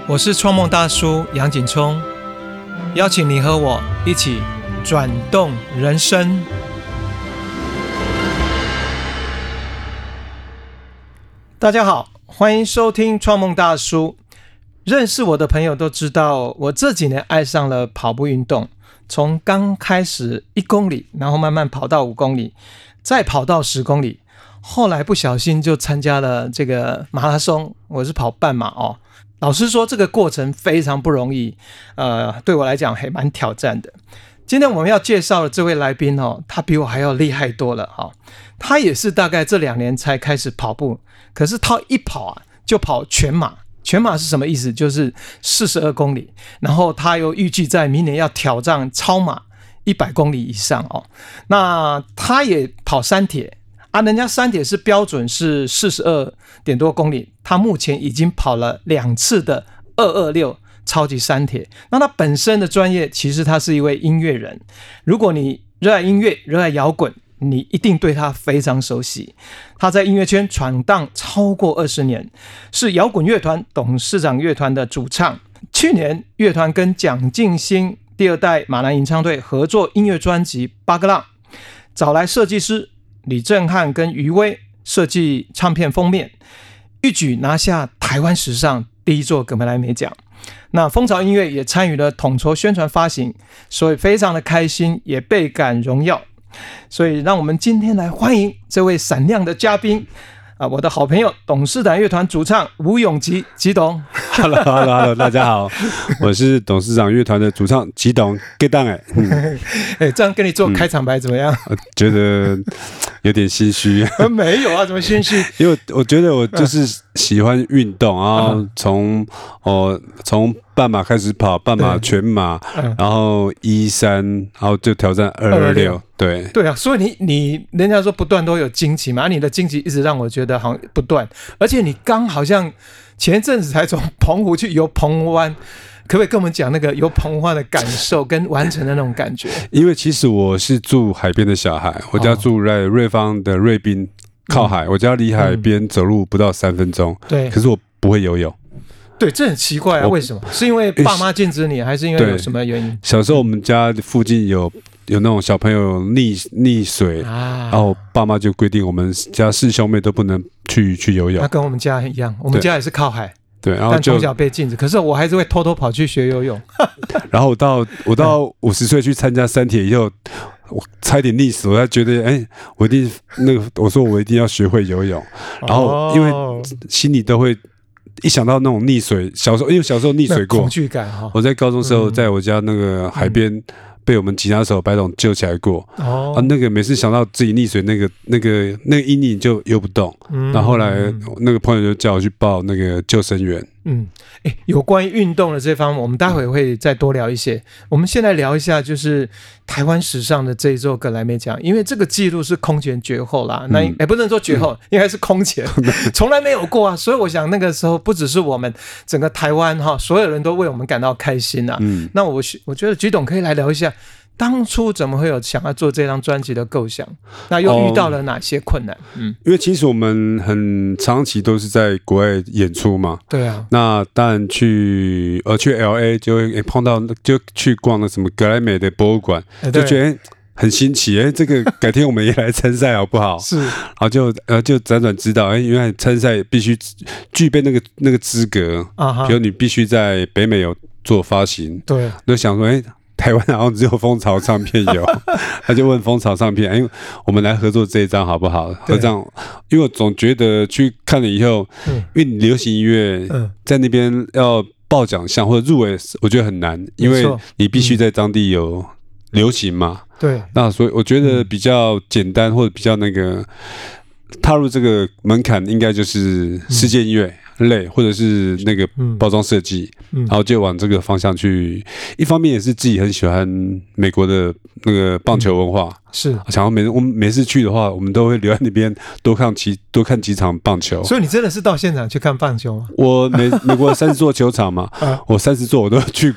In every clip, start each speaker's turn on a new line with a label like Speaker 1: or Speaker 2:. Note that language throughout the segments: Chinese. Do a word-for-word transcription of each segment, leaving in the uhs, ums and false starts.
Speaker 1: 我是创梦大叔杨景聪，邀请你和我一起转动人生。大家好，欢迎收听创梦大叔。认识我的朋友都知道，我这几年爱上了跑步运动，从刚开始一公里，然后慢慢跑到五公里，再跑到十公里，后来不小心就参加了这个马拉松，我是跑半马哦。老实说，这个过程非常不容易，呃，对我来讲还蛮挑战的。今天我们要介绍的这位来宾哦，他比我还要厉害多了哦。他也是大概这两年才开始跑步，可是他一跑啊就跑全马。全马是什么意思？就是四十二公里，然后他又预计在明年要挑战超马一百公里以上哦。那他也跑三铁啊，人家三铁是标准是四十二点多公里，他目前已经跑了两次的二二六超级三铁。那他本身的专业其实他是一位音乐人，如果你热爱音乐热爱摇滚，你一定对他非常熟悉。他在音乐圈闯荡超过二十年，是摇滚乐团董事长乐团的主唱。去年乐团跟蒋劲新第二代马南吟唱队合作音乐专辑《八个浪》，找来设计师李正翰跟余威设计唱片封面，一举拿下台湾史上第一座葛莱美奖。那风潮音乐也参与了统筹宣传发行，所以非常的开心，也倍感荣耀。所以让我们今天来欢迎这位闪亮的嘉宾啊，我的好朋友董事长乐团主唱吴永吉吉董。
Speaker 2: Hello Hello Hello， 大家好，我是董事长乐团的主唱吉董。给当哎，
Speaker 1: 嗯欸，这样跟你做开场白怎么样？
Speaker 2: 嗯，觉得有点心虚。
Speaker 1: 没有啊，怎么心虚？
Speaker 2: 因为我觉得我就是喜欢运动，然后从哦从半马开始跑，半马全马，然后一三，然后就挑战二二六。对
Speaker 1: 对啊，所以你你人家说不断都有惊奇嘛，你的惊奇一直让我觉得好像不断，而且你刚好像前阵子才从澎湖去游澎湖湾，可不可以跟我们讲那个游澎湖湾的感受跟完成的那种感觉？
Speaker 2: 因为其实我是住海边的小孩，我家住在瑞芳的瑞滨，靠海，嗯，我家离海边走路不到三分钟，嗯，对，可是我不会游泳。
Speaker 1: 对，这很奇怪啊，为什么？是因为爸妈禁止你，还是因为有什么原因？
Speaker 2: 小时候我们家附近有有那种小朋友溺溺水，啊，然后爸妈就规定我们家四兄妹都不能去去游泳。
Speaker 1: 那跟我们家一样，我们家也是靠海，
Speaker 2: 对，然后
Speaker 1: 但从小被禁止，可是我还是会偷偷跑去学游泳。
Speaker 2: 然后我到我到五十岁去参加三铁以后，我差一点溺死，我才觉得，哎，欸，我一定那个，我说我一定要学会游泳，然后因为心里都会。一想到那种溺水，小时候因为小时候溺水过，
Speaker 1: 恐惧感哈。
Speaker 2: 我在高中时候，在我家那个海边被我们吉他手白董救起来过。哦，啊，那个每次想到自己溺水，那个那个那个阴影就游不动。嗯，然后后来那个朋友就叫我去报那个救生员。
Speaker 1: 嗯，欸，有关于运动的这方面，我们待会会再多聊一些。我们先来聊一下，就是台湾史上的这一座葛莱美奖，因为这个记录是空前绝后啦。那也，嗯欸，不能说绝后，嗯，应该是空前，从来没有过啊。所以我想那个时候不只是我们整个台湾哈，所有人都为我们感到开心啊。嗯，那我我觉得菊董可以来聊一下。当初怎么会有想要做这张专辑的构想？那又遇到了哪些困难？哦，
Speaker 2: 嗯，因为其实我们很长期都是在国外演出嘛。
Speaker 1: 对啊。
Speaker 2: 那当然去呃去 L A 就会碰到，就去逛了什么格莱美的博物馆，欸，就觉得很新奇。哎，欸，这个改天我们也来参赛好不好？是。然后就呃就辗转知道，哎，欸，原来参赛必须具备那个那个资格啊，比如你必须在北美有做发行。对。就想说，哎，欸。台湾好像只有蜂巢唱片有，他就问蜂巢唱片，哎，我们来合作这一张好不好？合唱，因为我总觉得去看了以后，嗯，因为流行音乐在那边要报奖项或者入围，我觉得很难，因为你必须在当地有流行嘛。对，那所以我觉得比较简单或者比较那个踏入这个门槛，应该就是世界音乐。类或者是那个包装设计，嗯嗯，然后就往这个方向去。一方面也是自己很喜欢美国的那个棒球文化，嗯，是想要每我们每次去的话，我们都会留在那边多看几多看几场棒球。
Speaker 1: 所以你真的是到现场去看棒球吗？
Speaker 2: 我美美国三十座球场嘛，啊，我三十座我都去过。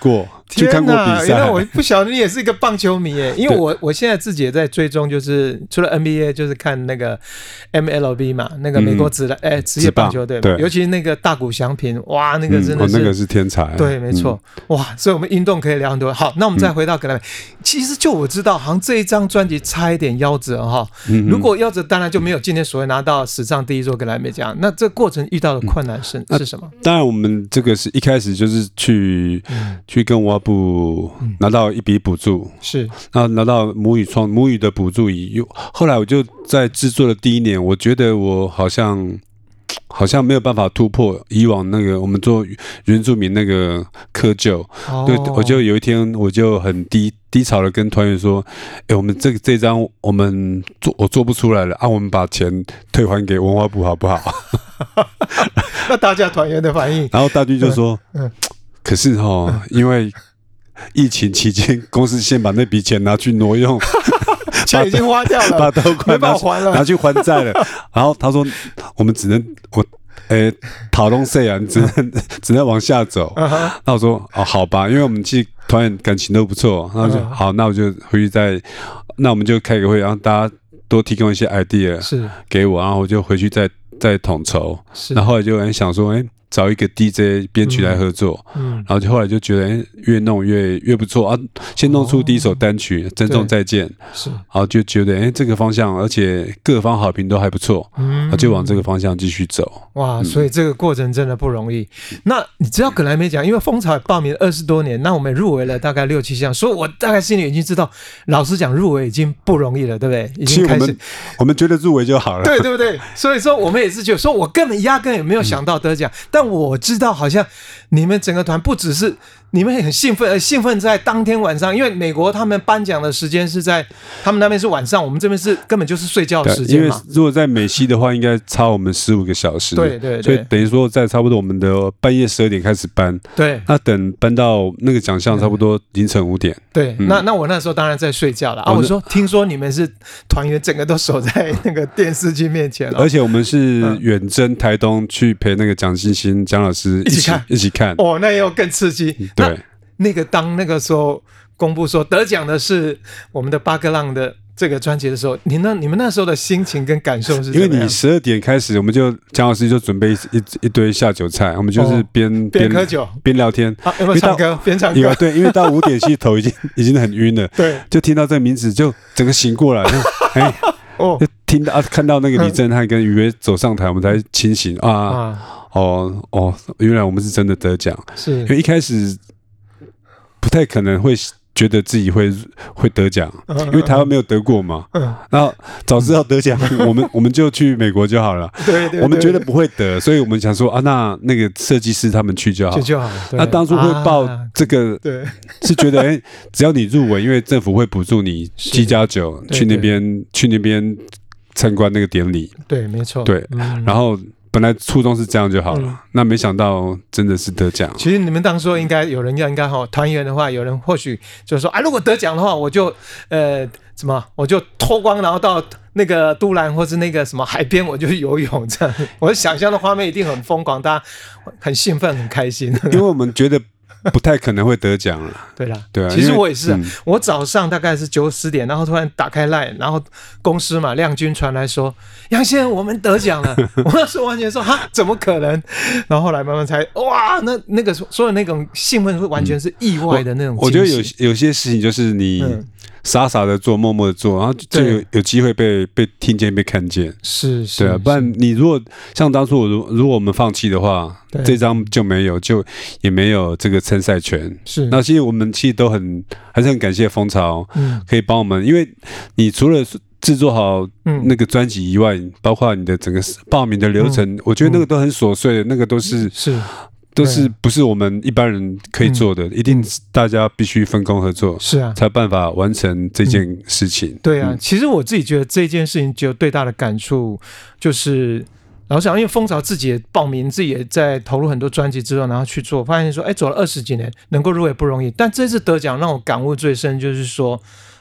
Speaker 2: 去看过比赛。
Speaker 1: 原来我不晓得你也是一个棒球迷耶，因为我我现在自己也在追踪，就是除了 N B A 就是看那个 M L B 嘛，那个美国职篮哎职业棒球队，尤其那个大谷翔平，哇，那个真的是、
Speaker 2: 嗯哦、那个是天才，
Speaker 1: 对，没错、嗯，哇，所以我们运动可以聊很多。好，那我们再回到格莱美、嗯，其实就我知道，好像这一张专辑差一点夭折哈、嗯，如果夭折，当然就没有今天所谓拿到史上第一座格莱美奖。那这过程遇到的困难是、嗯、是什么？
Speaker 2: 当然，我们这个是一开始就是去、嗯、去跟文化部拿到一笔补助，
Speaker 1: 是，
Speaker 2: 然后拿到母语创母语的补助以后来我就在制作的第一年，我觉得我好像好像没有办法突破以往那个我们做原住民那个窠臼，对、哦，我就有一天我就很低低潮的跟团员说，哎，我们这个这张我们做我做不出来了啊，我们把钱退还给文化部好不好？
Speaker 1: 那大家团员的反应，
Speaker 2: 然后大军就说，嗯嗯、可是哦、嗯，因为疫情期间，公司先把那笔钱拿去挪用。
Speaker 1: 钱已经花掉了，
Speaker 2: 把头款拿还了，拿去还债了。然后他说：“我们只能我，诶、欸，讨论税啊，只能、uh-huh. 只能往下走。Uh-huh. ”那我说：“哦，好吧，因为我们其实团员感情都不错。”然后就、uh-huh. 好，那我就回去再，那我们就开个会，让大家多提供一些 idea 是给我，然后我就回去再再统筹。然后后来就很想说，哎、欸。找一个 D J 编曲来合作，嗯，然后就后来就觉得，哎，越弄越越不错啊！先弄出第一首单曲《珍重再见》，是，然后就觉得，哎，这个方向，而且各方好评都还不错，嗯，就往这个方向继续走。
Speaker 1: 哇，所以这个过程真的不容易。嗯、那你知道格莱美奖，因为风潮报名二十多年，那我们入围了大概六七项，所以我大概心里已经知道，老实讲，入围已经不容易了，对不对？已经开始，
Speaker 2: 我们我们觉得入围就好了，
Speaker 1: 对对不对？所以说我们也是觉得，说我根本压根也没有想到得奖，嗯、但我知道好像你们整个团不只是你们很兴奋，而兴奋在当天晚上，因为美国他们颁奖的时间是在他们那边是晚上，我们这边是根本就是睡觉的时间嘛。
Speaker 2: 因为如果在美西的话，应该差我们十五个小时。
Speaker 1: 对对对，
Speaker 2: 所以等于说在差不多我们的半夜十二点开始颁，
Speaker 1: 对，
Speaker 2: 那等颁到那个奖项差不多凌晨五点。
Speaker 1: 对，嗯、那那我那时候当然在睡觉了啊。我说听说你们是团员，整个都守在那个电视机面前，
Speaker 2: 而且我们是远征台东去陪那个蒋欣欣蒋老师一起看一起看。
Speaker 1: 哦，那又更刺激。
Speaker 2: 对，
Speaker 1: 那个当那个时候公布说得奖的是我们的八哥浪的这个专辑的时候，你那你们那时候的心情跟感受是什么样？
Speaker 2: 因为你十二点开始，我们就蒋老师就准备 一, 一堆下酒菜，我们就是边、哦、
Speaker 1: 边喝酒
Speaker 2: 边聊天，
Speaker 1: 啊、有没有唱歌？边唱歌？
Speaker 2: 对，因为到五点其实头已经已经很晕了，
Speaker 1: 对，
Speaker 2: 就听到这个名字就整个醒过来，哎，哦，就听到、啊、看到那个李正翰跟于约走上台，我们才清醒啊。啊哦哦，原来我们是真的得奖，是因为一开始不太可能会觉得自己会会得奖，嗯、因为台湾没有得过嘛。嗯，然后早知道得奖，我们我们就去美国就好了。
Speaker 1: 对 对, 对，
Speaker 2: 我们觉得不会得，所以我们想说啊，那那个设计师他们去就好，
Speaker 1: 去就好。
Speaker 2: 那当初会报这个，啊、对，是觉得哎、欸，只要你入围，因为政府会补助你七加九去那边去那边参观那个典礼。
Speaker 1: 对，没错。
Speaker 2: 对，嗯、然后。本来初衷是这样就好了，嗯、那没想到真的是得奖。
Speaker 1: 其实你们当初应该有人要应该哈团员的话，有人或许就是说啊，如果得奖的话，我就呃什么，我就脱光，然后到那个都兰或是那个什么海边，我就游泳这样。我想象的画面一定很疯狂，大家很兴奋，很开心。
Speaker 2: 因为我们觉得。不太可能会得奖了，
Speaker 1: 对啦，
Speaker 2: 对啊。
Speaker 1: 其实我也是、啊嗯，我早上大概是九十点，然后突然打开 LINE， 然后公司嘛亮君传来说，杨先生我们得奖了。我那时候完全说哈，怎么可能？然后后来慢慢才哇，那那个所有那种兴奋，会完全是意外的那种、嗯我。我觉得有
Speaker 2: 有些事情就是你傻傻的做，默默的做，然后就有有机会被被听见、被看见。
Speaker 1: 是是，
Speaker 2: 对啊，不然你如果像当初如如果我们放弃的话，这张就没有，就也没有这个参赛权。是，那其实我们其实都很还是很感谢风潮，嗯，可以帮我们，因为你除了制作好那个专辑以外、嗯，包括你的整个报名的流程，嗯、我觉得那个都很琐碎的，那个都是是。都是不是我们一般人可以做的，嗯、一定大家必须分工合作，是啊，才有办法完成这件事情。嗯、
Speaker 1: 对啊、嗯，其实我自己觉得这件事情就最大的感触就是，老实讲，因为风潮自己也报名，自己也在投入很多专辑之后，然后去做，发现说，哎，走了二十几年，能够入围不容易。但这次得奖让我感悟最深，就是说，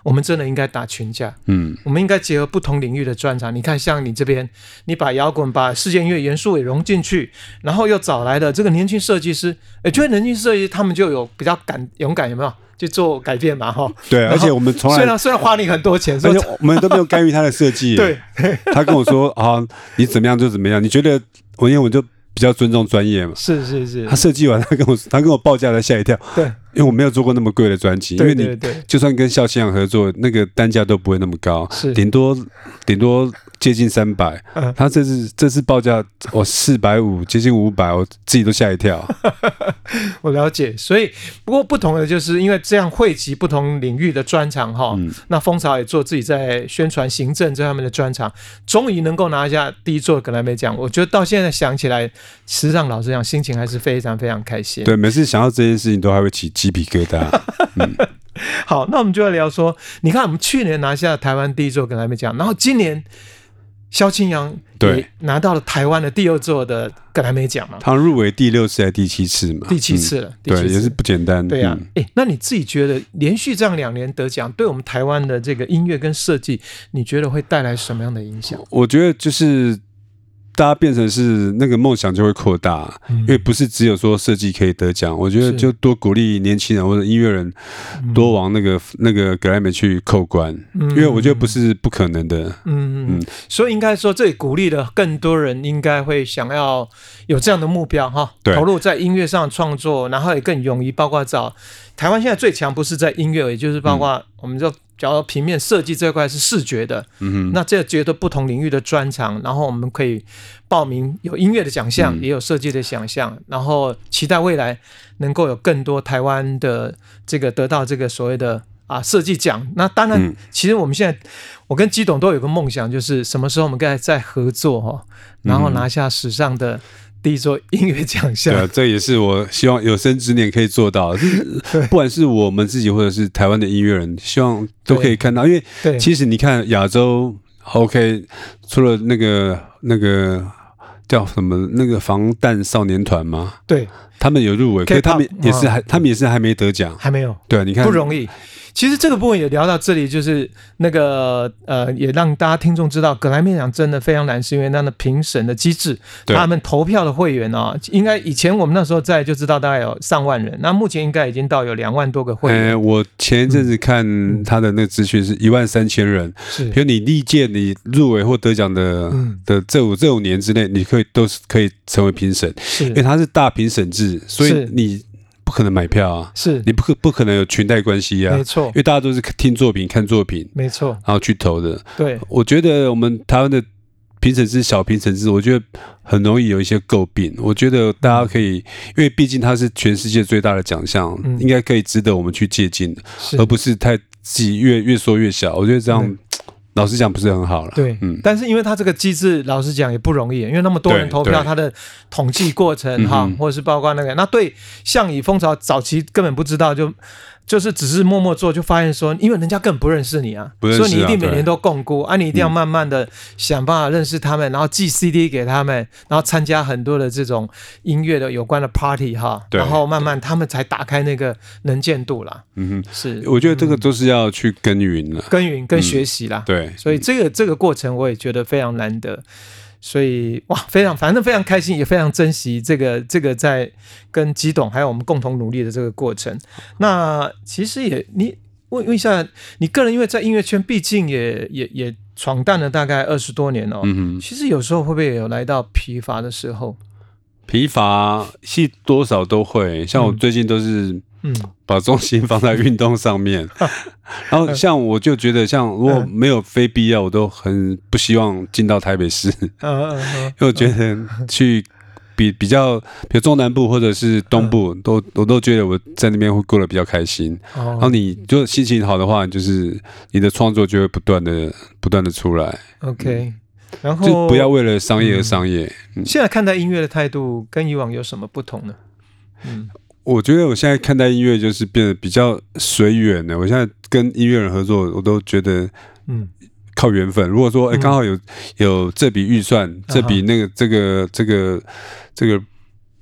Speaker 1: 我们真的应该打群架。
Speaker 2: 嗯，
Speaker 1: 我们应该结合不同领域的专长。你看，像你这边，你把摇滚、把世界音乐元素也融进去，然后又找来了这个年轻设计师，哎，觉得年轻设计师他们就有比较敢勇敢，有没有？去做改变嘛，哈。
Speaker 2: 对，而且我们从来
Speaker 1: 虽然虽然花你很多钱，
Speaker 2: 而且我们都没有干预他的设计。
Speaker 1: 对，
Speaker 2: 他跟我说啊，你怎么样就怎么样。你觉得我因为我就比较尊重专业嘛。
Speaker 1: 是是是。
Speaker 2: 他设计完，他跟我他跟我报价，才吓一跳。
Speaker 1: 对，
Speaker 2: 因为我没有做过那么贵的专辑，因为你就算跟萧清扬合作，那个单价都不会那么高，
Speaker 1: 是
Speaker 2: 顶多顶多接近三百。嗯，他这次这次报价我四百五，接近五百，我自己都吓一跳。
Speaker 1: 我了解，所以不过不同的就是因为这样汇集不同领域的专长哈，嗯、那风潮也做自己在宣传、行政这方面的专长，终于能够拿下第一座格莱美奖。我觉得到现在想起来，实际上老实讲，心情还是非常非常开心。
Speaker 2: 对，每次想到这件事情都还会起鸡皮疙瘩。嗯，
Speaker 1: 好，那我们就要聊说，你看我们去年拿下台湾第一座格莱美奖，然后今年萧清扬也拿到了台湾的第二座的格莱美奖嘛，
Speaker 2: 他入围第六次还是第七次嘛？
Speaker 1: 第七次了，嗯、第七次
Speaker 2: 对，也是不简单。
Speaker 1: 对啊，哎、嗯欸，那你自己觉得连续这样两年得奖，对我们台湾的这个音乐跟设计，你觉得会带来什么样的影响？
Speaker 2: 我觉得就是大家变成是那个梦想就会扩大，嗯、因为不是只有说设计可以得奖，我觉得就多鼓励年轻人或者音乐人多往那个、嗯、那个格莱美去扣关，嗯、因为我觉得不是不可能的。
Speaker 1: 嗯嗯，所以应该说这里鼓励了更多人，应该会想要有这样的目标哈，投入在音乐上创作，然后也更勇于包括找台湾现在最强不是在音乐，也就是包括我们就。假如平面设计这块是视觉的，嗯、那这觉得不同领域的专长，然后我们可以报名有音乐的奖项，嗯、也有设计的奖项，然后期待未来能够有更多台湾的这个得到这个所谓的啊设计奖。那当然，嗯、其实我们现在我跟基董都有个梦想，就是什么时候我们该再合作哈，然后拿下史上的第一座音乐奖项。
Speaker 2: 对、啊，这也是我希望有生之年可以做到的。不管是我们自己或者是台湾的音乐人，希望都可以看到。因为其实你看亚洲 ，OK， 除了那个那个叫什么那个防弹少年团嘛，
Speaker 1: 对，
Speaker 2: 他们有入围，可是他们也是还，他们也是还没得奖，
Speaker 1: 还没有。
Speaker 2: 对，你看
Speaker 1: 不容易。其实这个部分也聊到这里，就是那个呃，也让大家听众知道，格莱美奖真的非常难，是因为那的评审的机制，他们投票的会员啊，应该以前我们那时候在就知道大概有上万人，那目前应该已经到有两万多个会员。
Speaker 2: 欸、我前一阵子看他的那个资讯是一万三千人，是，比如你历届你入围或得奖的、嗯、的这五这五年之内，你可以都是可以成为评审，因为它是大评审制，所以你。不可能买票啊，
Speaker 1: 是
Speaker 2: 你不可不可能有裙带关系啊，
Speaker 1: 没错，
Speaker 2: 因为大家都是听作品、看作品，
Speaker 1: 没错，
Speaker 2: 然后去投的。
Speaker 1: 对，
Speaker 2: 我觉得我们台湾的评审制小评审制，我觉得很容易有一些诟病。我觉得大家可以，嗯、因为毕竟它是全世界最大的奖项，嗯、应该可以值得我们去借鉴的，而不是太自己越越缩越小。我觉得这样。嗯老实讲不是很好了，
Speaker 1: 对，嗯，但是因为他这个机制，老实讲也不容易，因为那么多人投票，他的统计过程哈，嗯、或者是包括那个，那对像以风潮早期根本不知道，就就是只是默默做，就发现说，因为人家根本不认识你啊，
Speaker 2: 不认识啊，
Speaker 1: 所以你一定每年都共估啊，你一定要慢慢的想办法认识他们，然后寄 C D 给他们，然后参加很多的这种音乐的有关的 party 哈，然后慢慢他们才打开那个能见度啦。嗯哼，是，
Speaker 2: 我觉得这个都是要去耕耘了，
Speaker 1: 耕耘跟学习啦。
Speaker 2: 嗯、对，
Speaker 1: 所以这个这个过程我也觉得非常难得。所以哇，非常反正非常开心，也非常珍惜这个这个在跟基董还有我们共同努力的这个过程。那其实也你问问一下，你个人因为在音乐圈，毕竟也也也闯荡了大概二十多年哦。嗯，其实有时候会不会有来到疲乏的时候？
Speaker 2: 疲乏是多少都会，像我最近都是嗯把重心放在运动上面。嗯、然后像我就觉得，像如果没有非必要，我都很不希望进到台北市，嗯、因为我觉得去比比较，比如中南部或者是东部，嗯、都我都觉得我在那边会过得比较开心。哦、然后你就心情好的话，就是你的创作就会不断的不断的出来。
Speaker 1: OK。然后
Speaker 2: 就不要为了商业而商业。
Speaker 1: 嗯嗯、现在看待音乐的态度跟以往有什么不同呢？嗯，
Speaker 2: 我觉得我现在看待音乐就是变得比较随缘了。我现在跟音乐人合作，我都觉得，嗯，靠缘分。如果说哎刚好有有这笔预算，这笔那个这个这个这个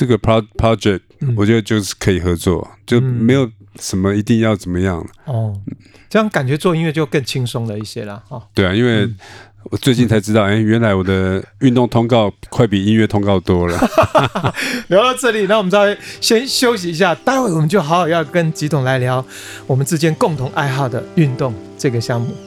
Speaker 2: 这个 project，、嗯、我觉得就是可以合作，就没有什么一定要怎么样。
Speaker 1: 哦，这样感觉做音乐就更轻松了一些啦。哦，
Speaker 2: 对啊，因为我最近才知道，哎、嗯欸，原来我的运动通告快比音乐通告多了。
Speaker 1: 聊到这里，那我们稍微先休息一下，待会我们就好好要跟吉董来聊我们之间共同爱好的运动这个项目。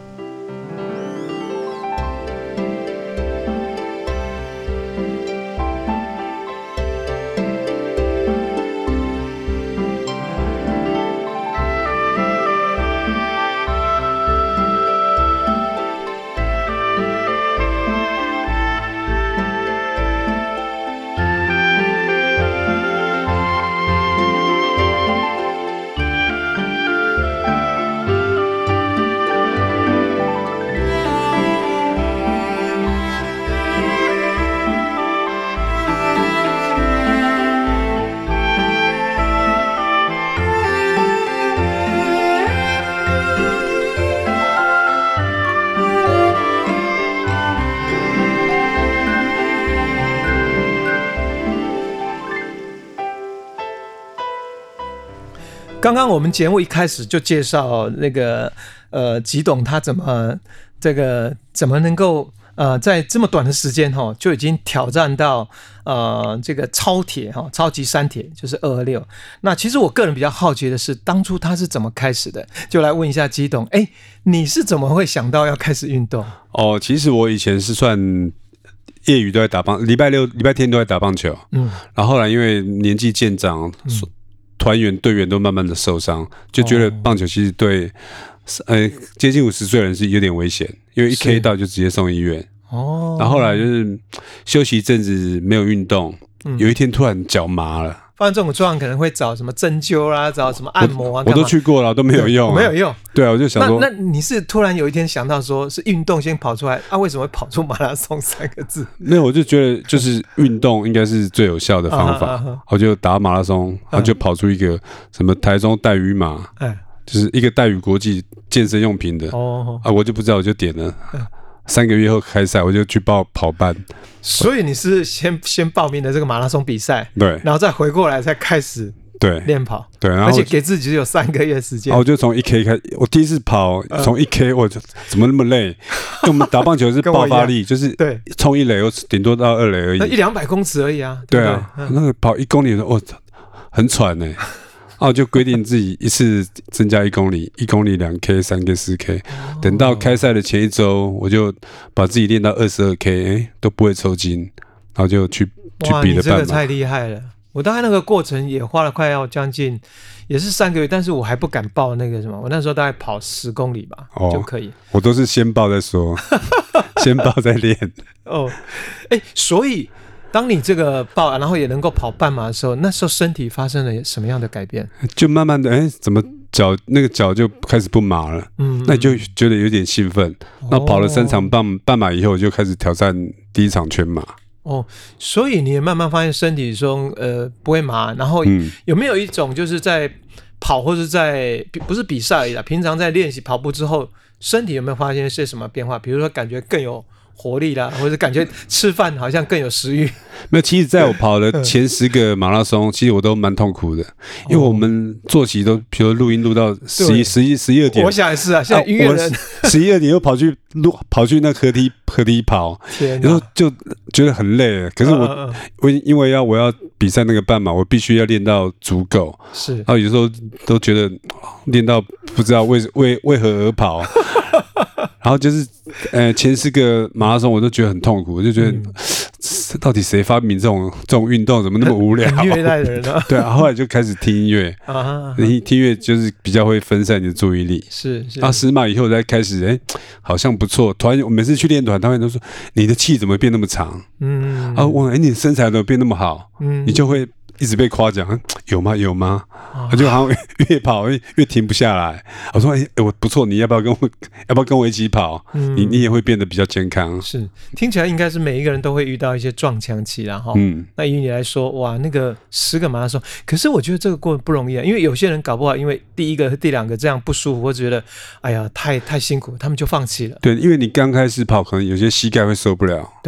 Speaker 1: 刚刚我们节目一开始就介绍那个呃吉董他怎么这个怎么能够呃在这么短的时间哈就已经挑战到呃这个超铁哈超级三铁就是二二六。那其实我个人比较好奇的是，当初他是怎么开始的？就来问一下吉董，哎，你是怎么会想到要开始运动？
Speaker 2: 哦，其实我以前是算业余都在打棒，礼拜六、礼拜天都在打棒球。嗯，然后后来因为年纪渐长。嗯，团员队员都慢慢的受伤，就觉得棒球其实对，呃，接近五十岁的人是有点危险，因为一 K 到就直接送医院。哦，然后后来就是休息一阵子没有运动，嗯、有一天突然脚麻了。
Speaker 1: 发生这种状况可能会找什么针灸啦，找什么按摩啊，
Speaker 2: 我, 我都去过了，都没有用、啊，
Speaker 1: 没有用。
Speaker 2: 对啊，我就想说，
Speaker 1: 那那你是突然有一天想到说是运动先跑出来啊？为什么会跑出马拉松三个字？
Speaker 2: 没有，我就觉得就是运动应该是最有效的方法，啊啊啊、我就打马拉松，然后就跑出一个什么台中带鱼马，哎、就是一个带鱼国际健身用品的，哦啊，我就不知道，我就点了。嗯，三个月后开赛，我就去报跑班。
Speaker 1: 所以你是先先报名的这个马拉松比赛，
Speaker 2: 对，
Speaker 1: 然后再回过来才开始对练跑，
Speaker 2: 对，然后
Speaker 1: 而且给自己只有三个月时间。
Speaker 2: 然后我就从一 K 开，我第一次跑从一 K， 我就怎么那么累？因为我们打棒球是爆发力，就是对冲一垒，我顶多到二垒而已，
Speaker 1: 那一两百公尺而已啊。
Speaker 2: 对, 对啊，嗯、那个跑一公里的，我很喘呢、欸。然后就规定自己一次增加一公里，一公里两 K、三 K、四 K。等到开赛的前一周，我就把自己练到二十二 K， 哎，都不会抽筋，然后就去去比了半马。哇，你
Speaker 1: 这个太厉害了！我大概那个过程也花了快要将近，也是三个月，但是我还不敢报那个什么，我那时候大概跑十公里吧、哦、就可以。
Speaker 2: 我都是先报再说，先报再练。
Speaker 1: 哦，哎，所以。当你这个报，然后也能够跑半马的时候，那时候身体发生了什么样的改变？
Speaker 2: 就慢慢的，哎，怎么脚那个脚就开始不麻了？嗯，那你就觉得有点兴奋。那、哦、跑了三场半半马以后，就开始挑战第一场全马。
Speaker 1: 哦，所以你也慢慢发现身体中呃不会麻，然后有没有一种就是在跑或者在不是比赛而已啦，平常在练习跑步之后，身体有没有发现是什么变化？比如说感觉更有活力啦，或者感觉吃饭好像更有食欲。
Speaker 2: 没有，其实在我跑的前十个马拉松，其实我都蛮痛苦的，因为我们作息都，比如录音录到十一、十一、十一二点。
Speaker 1: 我想也是啊，现在音乐人
Speaker 2: 十一二点又跑去录，跑去那河堤河堤跑，然后就觉得很累。可是我、嗯嗯、我因为要我要比赛那个半马，我必须要练到足够。
Speaker 1: 是，
Speaker 2: 然后有时候都觉得练到不知道为为为何而跑。然后就是，呃，前四个马拉松我都觉得很痛苦，我就觉得、嗯、到底谁发明这种这种运动，怎么那么无聊？
Speaker 1: 很虐待人啊！
Speaker 2: 对啊，后来就开始听音乐啊，听音乐就是比较会分散你的注意力。
Speaker 1: 是是。
Speaker 2: 啊，十马以后才开始，哎，好像不错。团我每次去练团，团员都说你的气怎么变那么长？嗯。啊，我哎，你的身材怎么变那么好？嗯，你就会。一直被夸奖，有吗？有吗？我、哦、就好像越跑越越停不下来。我说：“哎、欸，我不错，你要不要跟我？要不要跟我一起跑？嗯、你你也会变得比较健康。”
Speaker 1: 是，听起来应该是每一个人都会遇到一些撞墙期啦，哈。嗯。那以你来说，哇，那个十个马拉松，可是我觉得这个过程不容易啊，因为有些人搞不好，因为第一个、第两个这样不舒服，或者觉得哎呀太太辛苦，他们就放弃了。
Speaker 2: 对，因为你刚开始跑，可能有些膝盖会受不了。
Speaker 1: 对。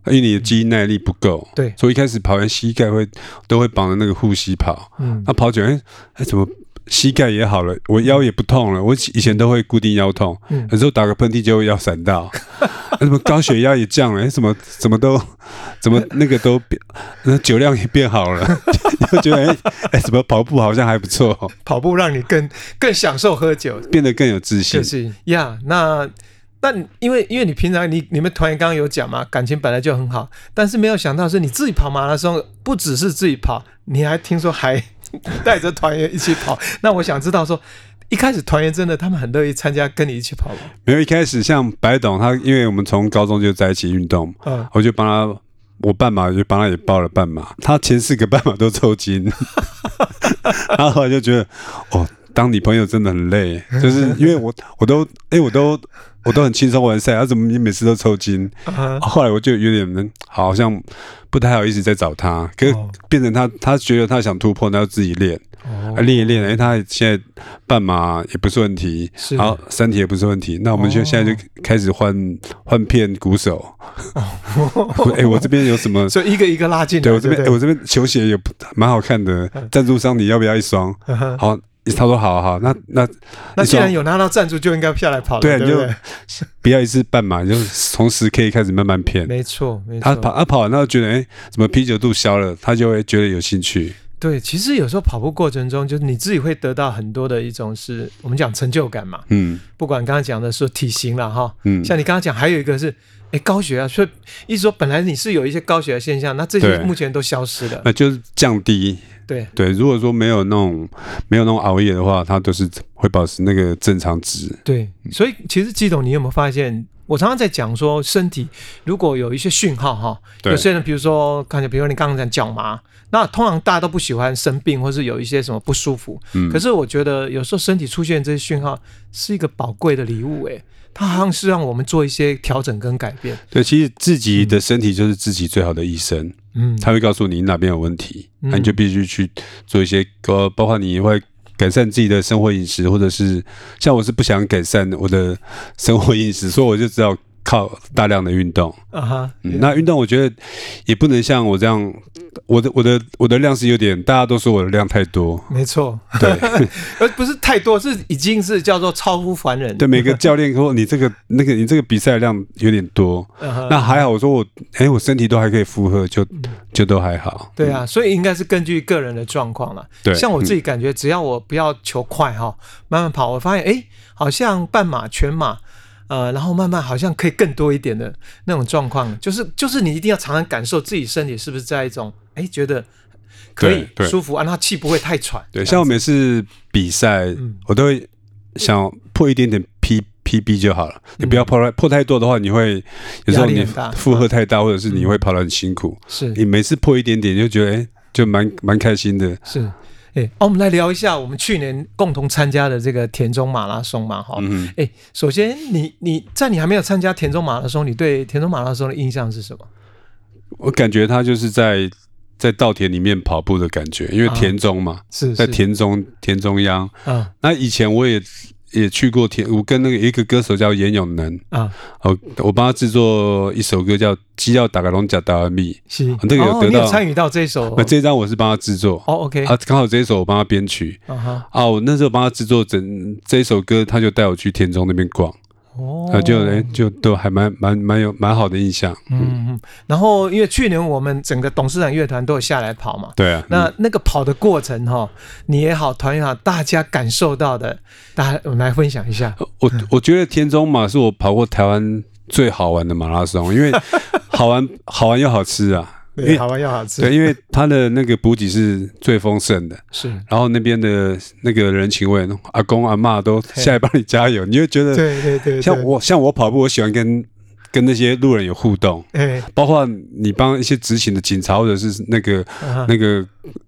Speaker 2: 因为你的肌耐力不够，
Speaker 1: 对，
Speaker 2: 所以一开始跑完膝盖会都会绑着那个护膝跑，嗯，那跑久，哎、欸、哎怎么？膝盖也好了，我腰也不痛了。我以前都会固定腰痛，嗯、有时候打个喷嚏就会腰闪到，什么高血压也降了，什么怎么都怎么那个都变，那酒量也变好了，就觉得哎哎，怎么跑步好像还不错？
Speaker 1: 跑步让你更更享受喝酒，
Speaker 2: 变得更有自信。
Speaker 1: 就是呀，那那因为因为你平常你你们团员刚刚有讲嘛，感情本来就很好，但是没有想到是你自己跑马拉松，不只是自己跑，你还听说还。带着团员一起跑，那我想知道说，一开始团员真的他们很乐意参加跟你一起跑吗？
Speaker 2: 没有，一开始像白董他，因为我们从高中就在一起运动，嗯，我就帮他，我半马就帮他也报了半马，他前四个半马都抽筋，然后后来就觉得，哦，当你朋友真的很累，就是因为我我都哎、欸、我都我都很轻松完赛，他、啊、怎么你每次都抽筋？Uh-huh. 后来我就有点好像不太好意思再找他，可是变成他他觉得他想突破，那要自己练，啊练一练，哎、欸，他现在半马也不是问题，然后身体也不是问题，那我们就现在就开始换换片鼓手。哎、欸，我这边有什么？
Speaker 1: 所以一个一个拉进来。
Speaker 2: 对我这边，欸、我这边球鞋也蛮好看的，赞助商你要不要一双？ Uh-huh. 好。他说好好，那那
Speaker 1: 那既然有拿到赞助，就应该下来跑了，
Speaker 2: 对，
Speaker 1: 对不对？
Speaker 2: 你就不要一次半马，你就从十 K 开始慢慢骗。
Speaker 1: 没错，没错。
Speaker 2: 他跑，他跑完，他就觉得，哎、欸，怎么啤酒肚消了？他就会觉得有兴趣。
Speaker 1: 对，其实有时候跑步过程中，就是你自己会得到很多的一种是我们讲成就感嘛。嗯，不管刚刚讲的是体型啦哈，嗯，像你刚刚讲，还有一个是。哎，高血压，所以意思说本来你是有一些高血压现象，那这些目前都消失了，
Speaker 2: 那就是降低。
Speaker 1: 对
Speaker 2: 对，如果说没有那种没有那种熬夜的话，它都是会保持那个正常值。
Speaker 1: 对，所以其实基董，你有没有发现？我常常在讲说，身体如果有一些讯号哈，有些人比如说看见，比如说你刚刚讲脚麻，那通常大家都不喜欢生病，或是有一些什么不舒服。嗯，可是我觉得有时候身体出现这些讯号是一个宝贵的礼物，哎。它好像是让我们做一些调整跟改变。
Speaker 2: 对，其实自己的身体就是自己最好的医生。嗯，他会告诉你哪边有问题，那、嗯、你就必须去做一些，呃，包括你会改善自己的生活饮食，或者是像我是不想改善我的生活饮食，所以我就只好靠大量的运动。啊哈、嗯，那运动我觉得也不能像我这样。我的我的我的量是有点，大家都说我的量太多，
Speaker 1: 没错，
Speaker 2: 对，
Speaker 1: 而不是太多，是已经是叫做超乎凡人。
Speaker 2: 对，每个教练说你这个那个你这个比赛量有点多，uh-huh. 那还好，我说我哎、欸，我身体都还可以负荷，就就都还好。
Speaker 1: 对啊，所以应该是根据个人的状况啦。对，像我自己感觉，只要我不要求快哈，慢慢跑，我发现哎、欸，好像半马、全马。呃，然后慢慢好像可以更多一点的那种状况，就是就是你一定要常常感受自己身体是不是在一种哎觉得可以舒服啊，那气不会太喘。
Speaker 2: 对，像我每次比赛、嗯，我都会想破一点点 P P B 就好了，你不要破太、嗯、破太多的话，你会有时候你负荷太大，或者是你会跑得很辛苦。是、嗯，你每次破一点点，就觉得哎，就蛮蛮开心的。
Speaker 1: 是。哎、欸，我们来聊一下我们去年共同参加的这个田中马拉松嘛，哈、嗯。哎、欸，首先你你在你还没有参加田中马拉松，你对田中马拉松的印象是什么？
Speaker 2: 我感觉它就是在在稻田里面跑步的感觉，因为田中嘛，啊、是, 是在田中田中央。啊，那以前我也也去过田，我跟那个一个歌手叫严永能啊，我我帮他制作一首歌叫《鸡要打个龙甲达尔密》，是那个有得到，哦、
Speaker 1: 你有参与到这一首、哦？
Speaker 2: 那这一张我是帮他制作。
Speaker 1: 哦 ，OK，
Speaker 2: 啊，刚好这一首我帮他编曲。啊哈，啊，我那时候帮他制作整这一首歌，他就带我去田中那边逛。哦，啊、就哎、欸，就都还蛮蛮蛮有蛮好的印象。
Speaker 1: 嗯嗯。然后因为去年我们整个董事长乐团都有下来跑嘛，
Speaker 2: 对啊。
Speaker 1: 那、嗯、那个跑的过程哈，你也好，团也好，大家感受到的，大家我们来分享一下。
Speaker 2: 我我觉得田中马是我跑过台湾最好玩的马拉松，因为好玩好玩又好吃啊。
Speaker 1: 因为好玩又好吃，
Speaker 2: 对，因为它的那个补给是最丰盛的，是，然后那边的那个人情味，阿公阿嬷都下来帮你加油，你会觉得，对对 对, 对，像我像我跑步，我喜欢跟跟那些路人有互动，包括你帮一些执勤的警察或者是那个、uh-huh. 那个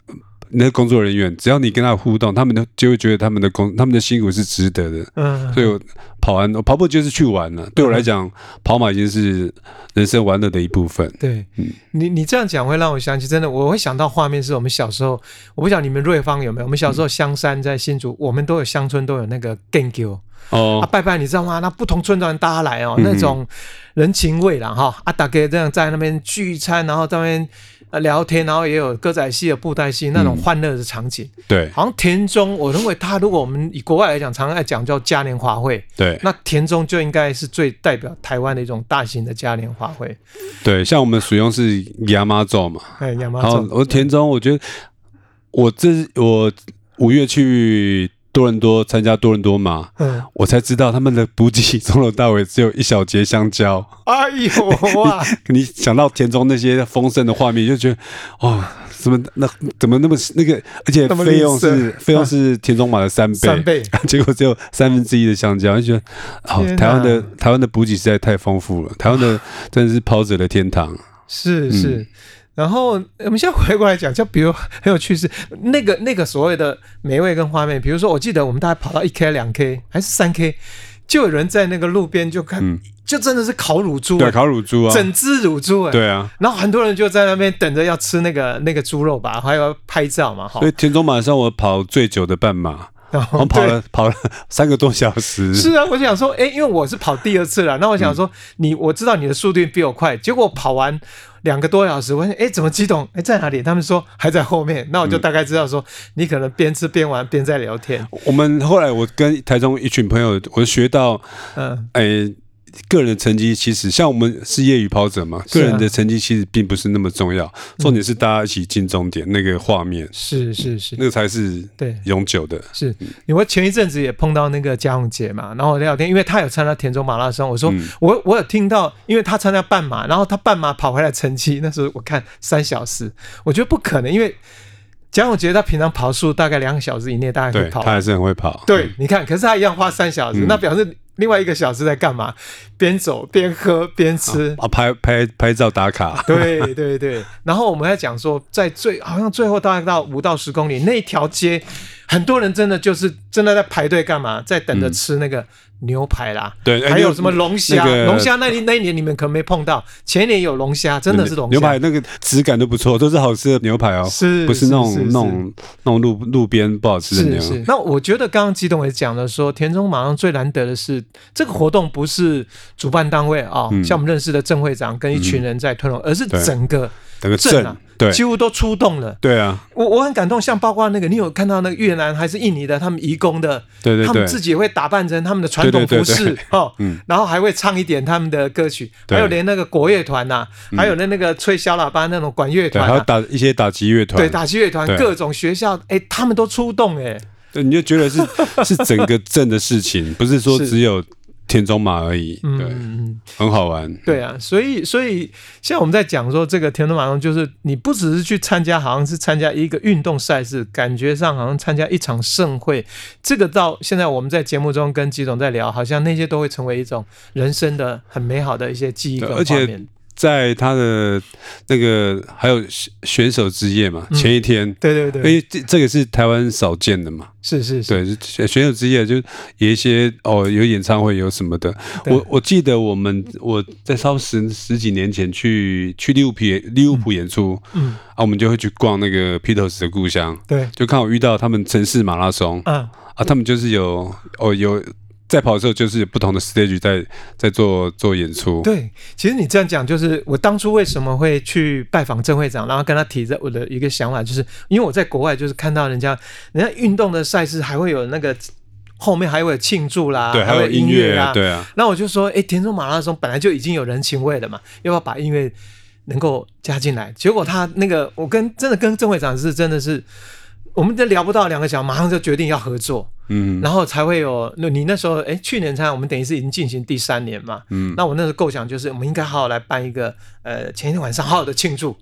Speaker 2: 那个工作人员，只要你跟他互动，他们就会觉得他们的工他们的辛苦是值得的。嗯，所以我跑完我跑步就是去玩了。对我来讲，嗯、跑马已经是人生玩乐的一部分。
Speaker 1: 对，嗯、你你这样讲会让我想起，真的我会想到画面是我们小时候，我不晓得你们瑞芳有没有？我们小时候香山在新竹，我们都有乡村都有那个 Gengo。哦，啊，拜拜，你知道吗？那不同村庄大家来哦，嗯、那种人情味啦，哈，啊，大家这样在那边聚餐，然后在那边呃聊天，然后也有歌仔戏、有布袋戏那种欢乐的场景。
Speaker 2: 对，
Speaker 1: 好像田中，我认为他如果我们以国外来讲，常常在讲叫嘉年华会。
Speaker 2: 对，
Speaker 1: 那田中就应该是最代表台湾的一种大型的嘉年华会。
Speaker 2: 对，像我们使用是亚妈咒嘛，
Speaker 1: 哎，亚妈咒。
Speaker 2: 我田中，我觉得我这我五月去多伦多参加多伦多马，嗯，我才知道他们的补给从头到尾只有一小节香蕉。
Speaker 1: 哎呦哇！
Speaker 2: 你想到田中那些丰盛的画面，就觉得哦，怎么那怎么那么那个，而且费用是费用是田中马的三倍，
Speaker 1: 三倍，
Speaker 2: 结果只有三分之一的香蕉，就觉得哦，台湾的台湾的补给实在太丰富了，台湾的真的是跑者的天堂。
Speaker 1: 是是。嗯，然后我们现在回过来讲，就比如很有趣是那个那个所谓的美味跟画面，比如说我记得我们大概跑到一 K 两 K 还是三 K， 就有人在那个路边就看，嗯、就真的是烤乳猪，
Speaker 2: 对，烤乳猪啊，
Speaker 1: 整只乳猪哎，
Speaker 2: 对啊，
Speaker 1: 然后很多人就在那边等着要吃那个那个猪肉吧，还有拍照嘛，
Speaker 2: 所以田中马上我跑最久的半马。我跑了跑了三个多小时。
Speaker 1: 是啊，我想说，哎，因为我是跑第二次了，那我想说，嗯、你我知道你的速度比我快，结果跑完两个多小时，我想，哎，怎么激动？哎，在哪里？他们说还在后面，那我就大概知道说，嗯、你可能边吃边玩边在聊天。
Speaker 2: 我们后来我跟台中一群朋友，我学到，嗯，哎。个人的成绩其实像我们是业余跑者嘛，个人的成绩其实并不是那么重要，重点是大家一起进终点，那个画面
Speaker 1: 是是是，
Speaker 2: 那个才是对永久的。
Speaker 1: 是，因为前一阵子也碰到那个嘉宏姐嘛，然后我聊天，因为他有参加田中马拉松，我说、嗯、我我有听到，因为他参加半马，然后他半马跑回来成绩，那时候我看三小时，我觉得不可能，因为嘉宏姐他平常跑速大概两个小时以内，大概可以跑，
Speaker 2: 他还是很会跑。
Speaker 1: 对，嗯、你看，可是他一样花三小时，嗯、那表示。另外一个小时在干嘛？边走边喝边吃
Speaker 2: 啊，拍拍拍照打卡。
Speaker 1: 对对对。然后我们在讲说，在最好像最后大概到五到十公里那一条街，很多人真的就是真的在排队干嘛？在等着吃那个牛排啦。
Speaker 2: 嗯、对，
Speaker 1: 还有什么龙虾？那个、龙虾那那一年你们可能没碰到，前一年有龙虾，真的是龙虾。
Speaker 2: 牛排那个质感都不错，都是好吃的牛排哦，
Speaker 1: 是
Speaker 2: 不是那种那种那种路路边不好吃的牛？
Speaker 1: 是是。那我觉得刚刚基董也讲了说，田中马上最难得的是。这个活动不是主办单位啊、哦嗯，像我们认识的郑会长跟一群人在推动、嗯，而是整个
Speaker 2: 整个
Speaker 1: 镇啊，
Speaker 2: 对，
Speaker 1: 几乎都出动了。
Speaker 2: 对啊，
Speaker 1: 我我很感动，像包括那个，你有看到那个越南还是印尼的，他们移工的，
Speaker 2: 对对对，
Speaker 1: 他们自己也会打扮成他们的传统服饰哦，嗯，然后还会唱一点他们的歌曲，还有连那个国乐团呐，还有那那个吹小喇叭那种管乐团、啊，
Speaker 2: 还有打一些打击乐团，
Speaker 1: 对，打击乐团，各种学校，哎，他们都出动哎，
Speaker 2: 对，你就觉得是是整个镇的事情，不是说只有。田中马而已，对、嗯，很好玩。
Speaker 1: 对啊，所以所以像我们在讲说这个田中马拉松，就是你不只是去参加，好像是参加一个运动赛事，感觉上好像参加一场盛会。这个到现在我们在节目中跟吉总在聊，好像那些都会成为一种人生的很美好的一些记忆跟画面。
Speaker 2: 在他的那个还有选手之夜嘛，嗯、前一天，
Speaker 1: 对对对，
Speaker 2: 因为这这个是台湾少见的嘛，
Speaker 1: 是是是，
Speaker 2: 对，选手之夜就有一些哦，有演唱会有什么的。我我记得我们我在稍十十几年前去去利物浦利物浦演出，嗯，啊，我们就会去逛那个披头士的故乡，
Speaker 1: 对，
Speaker 2: 就刚好遇到他们城市马拉松，嗯，啊，他们就是有哦有。在跑的时候，就是不同的 stage 在在做做演出。
Speaker 1: 对，其实你这样讲，就是我当初为什么会去拜访郑会长，然后跟他提着我的一个想法，就是因为我在国外就是看到人家人家运动的赛事还会有那个后面还会有庆祝啦，
Speaker 2: 对，还有音乐啊，对啊。
Speaker 1: 那我就说，哎，田中马拉松本来就已经有人情味了嘛，要不要把音乐能够加进来？结果他那个，我跟真的跟郑会长是真的是。我们都聊不到两个小时，马上就决定要合作，嗯，然后才会有。你那时候，哎，去年才我们等于是已经进行第三年嘛，嗯，那我那时候构想就是，我们应该好好来办一个，呃，前一天晚上好好的庆祝，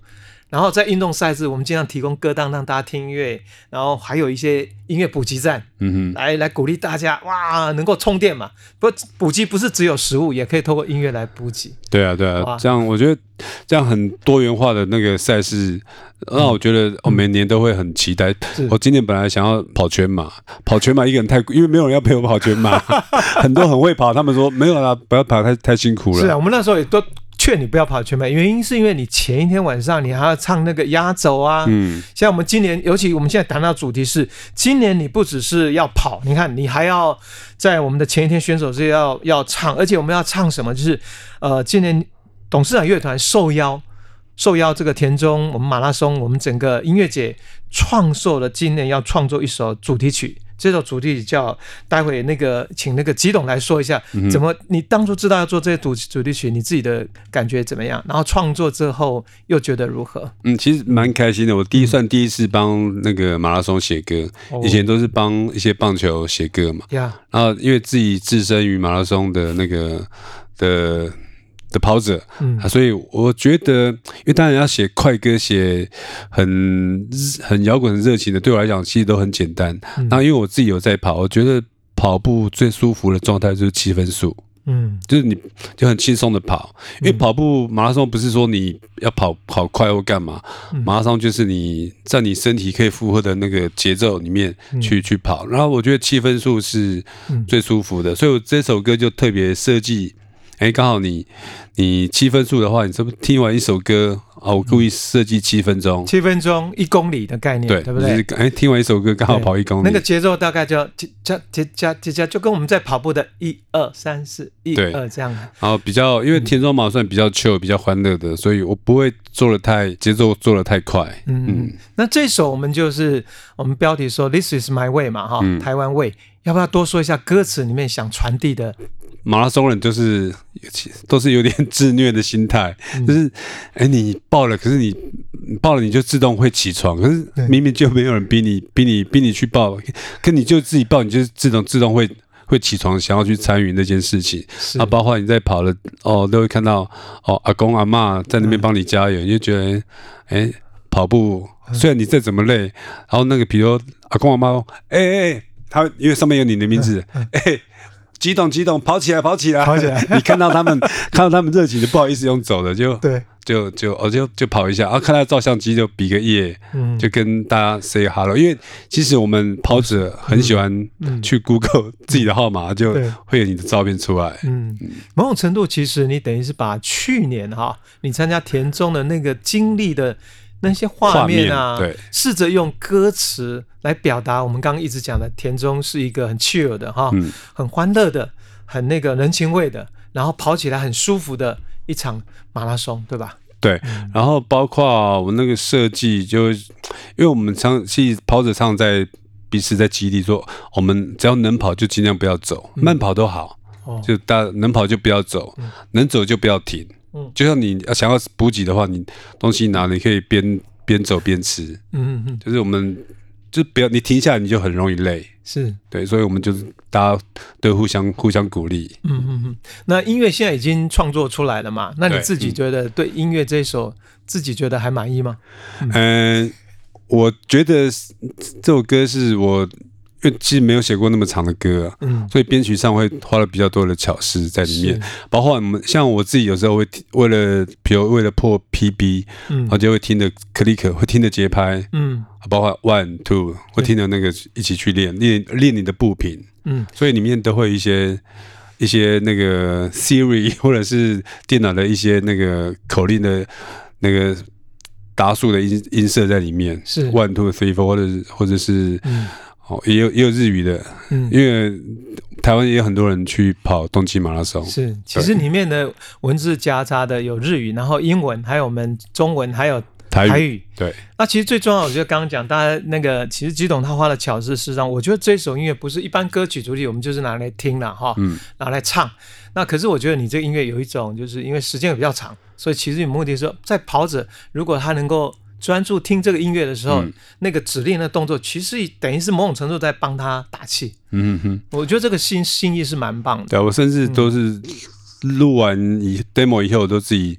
Speaker 1: 然后在运动赛事，我们经常提供歌单让大家听音乐，然后还有一些音乐补给站，嗯哼，来来鼓励大家，哇，能够充电嘛。不，补给不是只有食物，也可以透过音乐来补给。
Speaker 2: 对啊，对啊，这样我觉得这样很多元化的那个赛事，让我觉得我每年都会很期待。嗯、我今年本来想要跑全马，跑全马一个人太，因为没有人要陪我跑全马，很多很会跑，他们说没有啦，不要跑太太辛苦了。
Speaker 1: 是啊，我们那时候也都劝你不要跑全马，原因是因为你前一天晚上你还要唱那个压轴啊。嗯，像我们今年，尤其我们现在谈到主题是，今年你不只是要跑，你看你还要在我们的前一天选手是要要唱，而且我们要唱什么？就是呃，今年董事长乐团受邀受邀这个田中我们马拉松，我们整个音乐节创作了今年要创作一首主题曲。这首主题曲叫，待会那个请那个吉董来说一下，怎么你当初知道要做这些主主题曲，你自己的感觉怎么样？然后创作之后又觉得如何？
Speaker 2: 嗯，其实蛮开心的。我第一算第一次帮那个马拉松写歌，嗯、以前都是帮一些棒球写歌嘛。Yeah. 然后因为自己置身于马拉松的那个的。的跑者，嗯、啊，所以我觉得，因为当然要写快歌，写很很摇滚、很热情的，对我来讲其实都很简单。嗯、那因为我自己有在跑，我觉得跑步最舒服的状态就是七分速，嗯，就是你就很轻松的跑。因为跑步马拉松不是说你要跑跑快或干嘛，嗯、马拉松就是你在你身体可以负荷的那个节奏里面去、嗯、去跑。然后我觉得七分速是最舒服的，所以我这首歌就特别设计。哎，刚好你你七分数的话，你是不是听完一首歌啊？我故意设计七分钟，
Speaker 1: 七分钟一公里的概念，对，对不对？
Speaker 2: 哎、就是，听完一首歌刚好跑一公里，
Speaker 1: 那个节奏大概就加加加加加，就跟我们在跑步的一二三四一二这样。
Speaker 2: 然后比较，因为田中马算比较 chill、比较欢乐的，所以我不会做的太节奏做的太快。嗯
Speaker 1: 嗯。那这首我们就是我们标题说 "This is my way" 嘛，哈、嗯，台湾味，要不要多说一下歌词里面想传递的？
Speaker 2: 马拉松人就是都是有点自虐的心态，嗯、就是哎、欸，你报了，可是你报了你就自动会起床，可是明明就没有人逼你逼你逼你去报，可你就自己报，你就自动自动会会起床，想要去参与那件事情。啊，包括你在跑了哦，都会看到哦，阿公阿嬷在那边帮你加油，嗯、你就觉得哎、欸，跑步虽然你再怎么累，然后那个比如阿公阿嬷，哎哎哎，他因为上面有你的名字，哎、嗯。欸激动激动，跑起来跑起来，
Speaker 1: 跑起来！
Speaker 2: 你看到他们看到他们热情的，不好意思用走的，就
Speaker 1: 对，
Speaker 2: 就就哦就就跑一下，然后看到照相机就比个耶，嗯，就跟大家 say hello。因为其实我们跑者很喜欢去 Google 自己的号码，嗯、就会有你的照片出来。嗯，
Speaker 1: 某种程度其实你等于是把去年哈你参加田中的那个经历的那些画面啊，
Speaker 2: 对，
Speaker 1: 试着用歌词来表达我们刚刚一直讲的田中是一个很 chill 的哈、嗯，很欢乐的，很那个人情味的，然后跑起来很舒服的一场马拉松，对吧？
Speaker 2: 对，嗯、然后包括我那个设计，就因为我们常其实跑者常在彼此在激励说，我们只要能跑就尽量不要走，嗯、慢跑都好，哦、就大家能跑就不要走，嗯、能走就不要停。就像你想要补给的话，你东西拿，你可以边边走边吃。嗯嗯，就是我们就不要你停下来，你就很容易累。
Speaker 1: 是
Speaker 2: 对，所以我们就是大家都互相互相鼓励。
Speaker 1: 嗯嗯嗯。那音乐现在已经创作出来了嘛？那你自己觉得对音乐这一首，自己觉得还满意吗？
Speaker 2: 嗯、呃，我觉得这首歌是我。因为其实没有写过那么长的歌、啊，嗯，所以编曲上会花了比较多的巧思在里面，包括我们像我自己有时候会为了，比如为了破 P B， 嗯，然后就会听的 click， 会听的节拍，嗯，包括 one two， 会听的那个一起去练练练你的步频，嗯，所以里面都会有一些一些那个 Siri 或者是电脑的一些那个口令的那个达数的音音色在里面，
Speaker 1: 是
Speaker 2: one two three four， 或者是或者是。嗯哦，也有也有日语的，嗯，因为台湾也有很多人去跑冬季马拉松。
Speaker 1: 是，其实里面的文字夹杂的有日语，然后英文，还有我们中文，还有台语。台语
Speaker 2: 对，
Speaker 1: 那其实最重要，我觉得刚刚讲，大家那个其实吉董他花的巧思，事实上，我觉得这首音乐不是一般歌曲主题，我们就是拿来听了哈，嗯，拿来唱。那可是我觉得你这个音乐有一种，就是因为时间比较长，所以其实你目的是说，在跑者如果他能够专注听这个音乐的时候，嗯、那个指令的动作，其实等于是某种程度在帮他打气。嗯哼，我觉得这个心心意是蛮棒的。
Speaker 2: 对，我甚至都是录完以 demo 以后，我都自己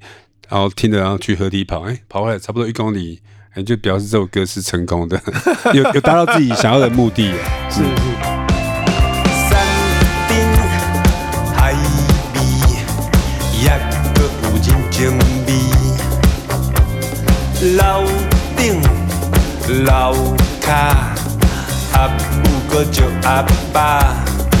Speaker 2: 然后听着，然后去河堤跑，哎，跑回来差不多一公里，哎，就表示这首歌是成功的，有有达到自己想要的目的。
Speaker 1: 是是。
Speaker 3: 山顶海味，也搁有人情味。楼顶楼骹，阿母搁招阿爸。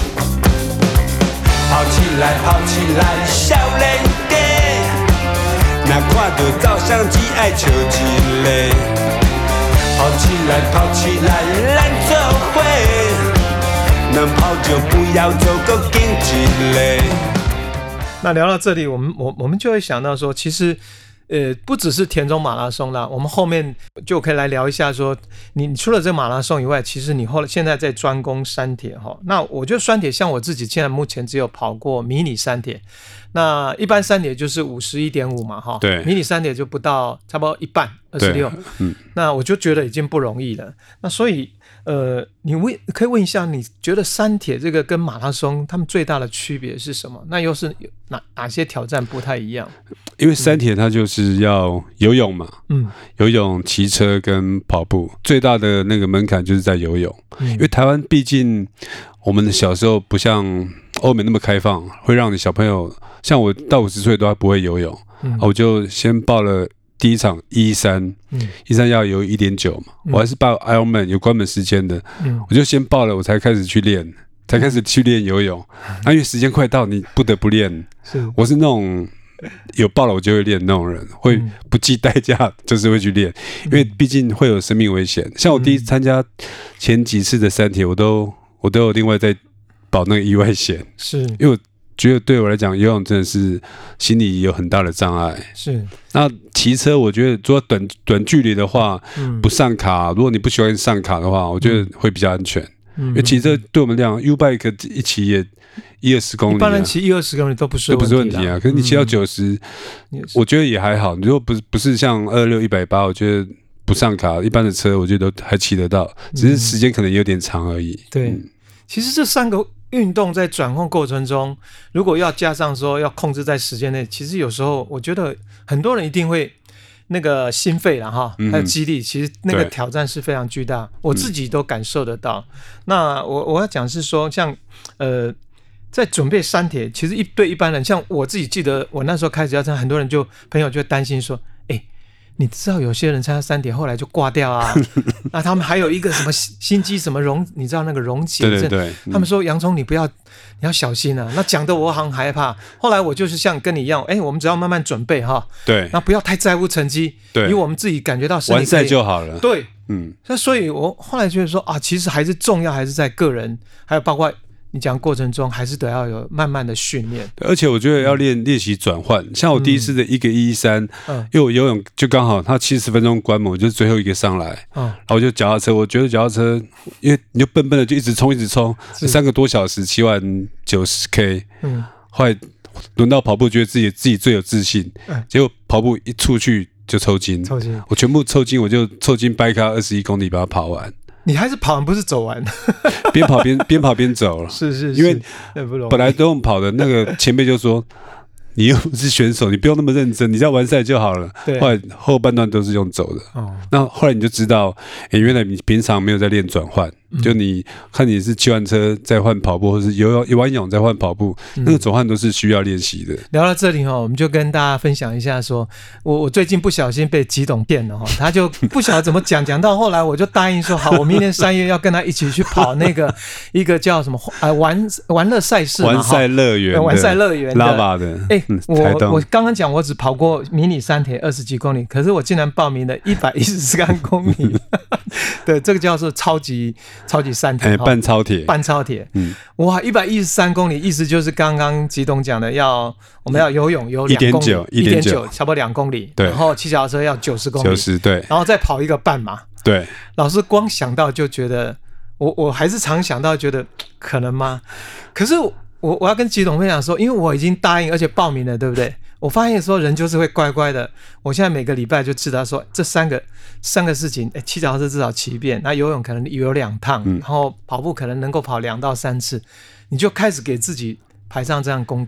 Speaker 3: 跑起来，跑起来，少年家！若看到照相机，爱笑一个。跑起来，跑起来，咱做伙。能跑就不要走，搁紧一个。
Speaker 1: 那聊到这里，我们我我们就会想到说，其实。呃，不只是田中马拉松啦，我们后面就可以来聊一下说，你你除了这个马拉松以外，其实你后来现在在专攻山铁哈。那我觉得山铁像我自己现在目前只有跑过迷你山铁，那一般山铁就是五十一点五嘛哈，
Speaker 2: 对，
Speaker 1: 迷你山铁就不到差不多一半二十六，嗯，那我就觉得已经不容易了。那所以呃，你问可以问一下，你觉得山铁这个跟马拉松他们最大的区别是什么？那又是哪哪些挑战不太一样？
Speaker 2: 因为山铁它就是要游泳嘛，嗯，游泳、骑车跟跑步，最大的那个门槛就是在游泳。嗯、因为台湾毕竟我们的小时候不像欧美那么开放，会让你小朋友像我到五十岁都还不会游泳，嗯、我就先报了第一场一三，一三要游一点九嘛，嗯、我还是报 Ironman 有关门时间的，嗯、我就先报了，我才开始去练，才开始去练游泳。那、嗯、因为时间快到，你不得不练。是，我是那种。有报了我就会练那种人，会不计代价就是会去练，因为毕竟会有生命危险。像我第一次参加前几次的山铁，我都我都有另外在保那个意外险，是因为我觉得对我来讲游泳真的是心理有很大的障碍。是，那骑车我觉得做短短距离的话，不上卡，如果你不喜欢上卡的话，我觉得会比较安全。因为骑车对我们讲 U bike 一骑也一二十公里、啊，
Speaker 1: 一般人骑一二十公里都不是
Speaker 2: 都不是问题啊。可是你骑到九十、嗯，我觉得也还好。你如果不是不是像二六一百八，我觉得不上卡，一般的车我觉得都还骑得到，只是时间可能有点长而已。嗯、
Speaker 1: 对、嗯，其实这三个运动在转换过程中，如果要加上说要控制在时间内，其实有时候我觉得很多人一定会。那个心肺啦哈，还有肌力，其实那个挑战是非常巨大，我自己都感受得到。嗯、那我我要讲是说，像呃，在准备山铁，其实一对一般人，像我自己记得，我那时候开始要参加，很多人就朋友就担心说，哎，你知道有些人参加山铁后来就挂掉啊，那他们还有一个什么心肌什么溶，你知道那个溶解，
Speaker 2: 对对对，
Speaker 1: 他们说洋葱你不要。你要小心啊！那讲的我好像害怕。后来我就是像跟你一样，哎，我们只要慢慢准备哈。对。那不要太在乎成绩。对。以我们自己感觉到身体
Speaker 2: 完赛就好了。
Speaker 1: 对。嗯。那所以我后来觉得说啊，其实还是重要，还是在个人，还有包括你讲过程中，还是得要有慢慢的训练。
Speaker 2: 而且我觉得要练练习转换，像我第一次的一个一三，嗯，因为我游泳就刚好他七十分钟关门，我就最后一个上来，嗯，然后我就脚踏车，我觉得脚踏车，因为你就笨笨的就一直冲一直冲，三个多小时骑完九十 K， 嗯，后来轮到跑步，觉得自己自己最有自信，嗯，结果跑步一出去就抽筋，抽筋，我全部抽筋，我就抽筋掰开二十一公里把它跑完。
Speaker 1: 你还是跑完不是走完，
Speaker 2: 边跑边边跑边走了。
Speaker 1: 是是是，
Speaker 2: 因为本来都用跑的，那个前辈就说。你又不是选手，你不用那么认真，你只要完赛就好了。后来后半段都是用走的。哦，那后来你就知道，欸、原来你平常没有在练转换，嗯、就你看你是骑完车再换跑步，或是游游完泳再换跑步，嗯、那个转换都是需要练习的。
Speaker 1: 聊到这里哈，我们就跟大家分享一下说，我我最近不小心被吉董骗了哈，他就不晓得怎么讲，讲到后来我就答应说好，我明年三月要跟他一起去跑那个一个叫什么呃玩玩乐赛事嘛，
Speaker 2: 玩赛乐园，
Speaker 1: 玩赛乐园
Speaker 2: 拉瓦的，
Speaker 1: 哎。嗯、我我刚刚讲我只跑过迷你山铁二十几公里，可是我竟然报名了一百一十三公里，对，这个叫做超级超级山铁，
Speaker 2: 欸、半超铁，
Speaker 1: 半超铁，嗯，哇，一百一十三公里，意思就是刚刚吉董讲的要我们要游泳游两公里，一点九，差不多两公里，对，然后骑脚踏车要九十公里，
Speaker 2: 九十对，
Speaker 1: 然后再跑一个半马，
Speaker 2: 对，
Speaker 1: 老师光想到就觉得，我我还是常想到觉得可能吗？可是。我我要跟吉董分享说，因为我已经答应而且报名了，对不对？我发现说人就是会乖乖的。我现在每个礼拜就知道说这三个三个事情，哎，骑脚踏车至少骑一遍，那游泳可能游两趟，嗯、然后跑步可能能够跑两到三次，你就开始给自己排上这样功课。